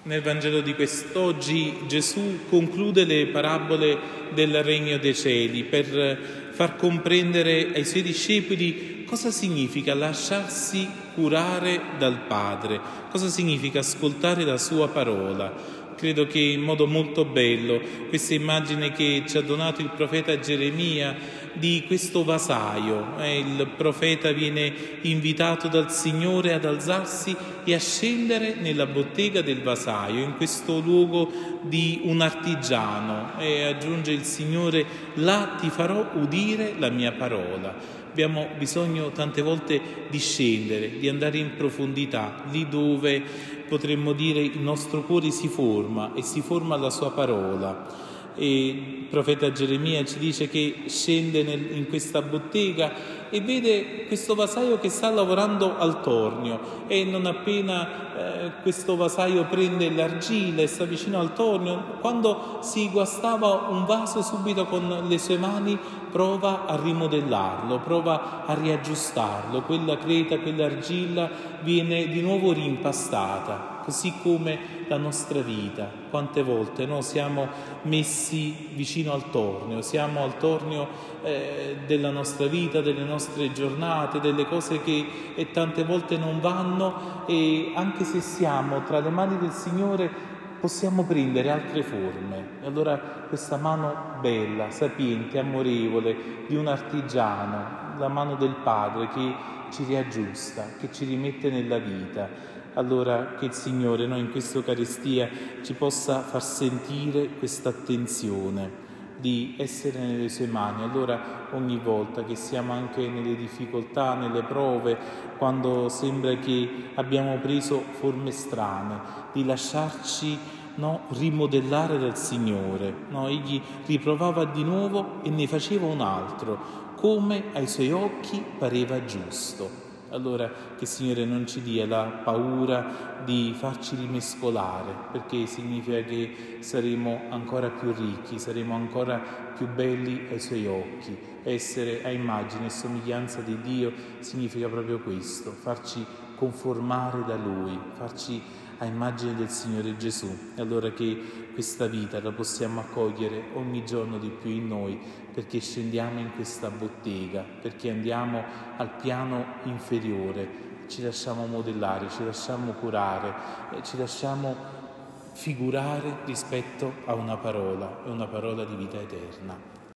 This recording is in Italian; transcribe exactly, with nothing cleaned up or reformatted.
Nel Vangelo di quest'oggi Gesù conclude le parabole del Regno dei Cieli per far comprendere ai Suoi discepoli cosa significa lasciarsi curare dal Padre, cosa significa ascoltare la Sua parola. Credo che in modo molto bello questa immagine che ci ha donato il profeta Geremia di questo vasaio. Eh, il profeta viene invitato dal Signore ad alzarsi e a scendere nella bottega del vasaio, in questo luogo di un artigiano, e aggiunge il Signore: là ti farò udire la mia parola. Abbiamo bisogno tante volte di scendere, di andare in profondità, lì dove potremmo dire il nostro cuore si forma e si forma la sua parola. E il profeta Geremia ci dice che scende nel, in questa bottega e vede questo vasaio che sta lavorando al tornio, e non appena eh, questo vasaio prende l'argilla e sta vicino al tornio, quando si guastava un vaso, subito con le sue mani prova a rimodellarlo, prova a riaggiustarlo. Quella creta, quell'argilla viene di nuovo rimpastata, così come la nostra vita. Quante volte no, siamo messi vicino al tornio, siamo al tornio eh, della nostra vita, delle nostre giornate, delle cose che e tante volte non vanno, e anche se siamo tra le mani del Signore possiamo prendere altre forme. E allora questa mano bella, sapiente, amorevole di un artigiano, la mano del Padre che ci riaggiusta, che ci rimette nella vita. Allora che il Signore, noi in questa Eucaristia, ci possa far sentire questa attenzione di essere nelle sue mani. Allora ogni volta che siamo anche nelle difficoltà, nelle prove, quando sembra che abbiamo preso forme strane, di lasciarci no, rimodellare dal Signore. No, Egli riprovava di nuovo e ne faceva un altro, come ai Suoi occhi pareva giusto. Allora che il Signore non ci dia la paura di farci rimescolare, perché significa che saremo ancora più ricchi, saremo ancora più belli ai Suoi occhi. Essere a immagine e somiglianza di Dio significa proprio questo, farci conformare da Lui, farci a immagine del Signore Gesù. E allora che questa vita la possiamo accogliere ogni giorno di più in noi, perché scendiamo in questa bottega, perché andiamo al piano inferiore, ci lasciamo modellare, ci lasciamo curare, ci lasciamo figurare rispetto a una parola, una parola di vita eterna.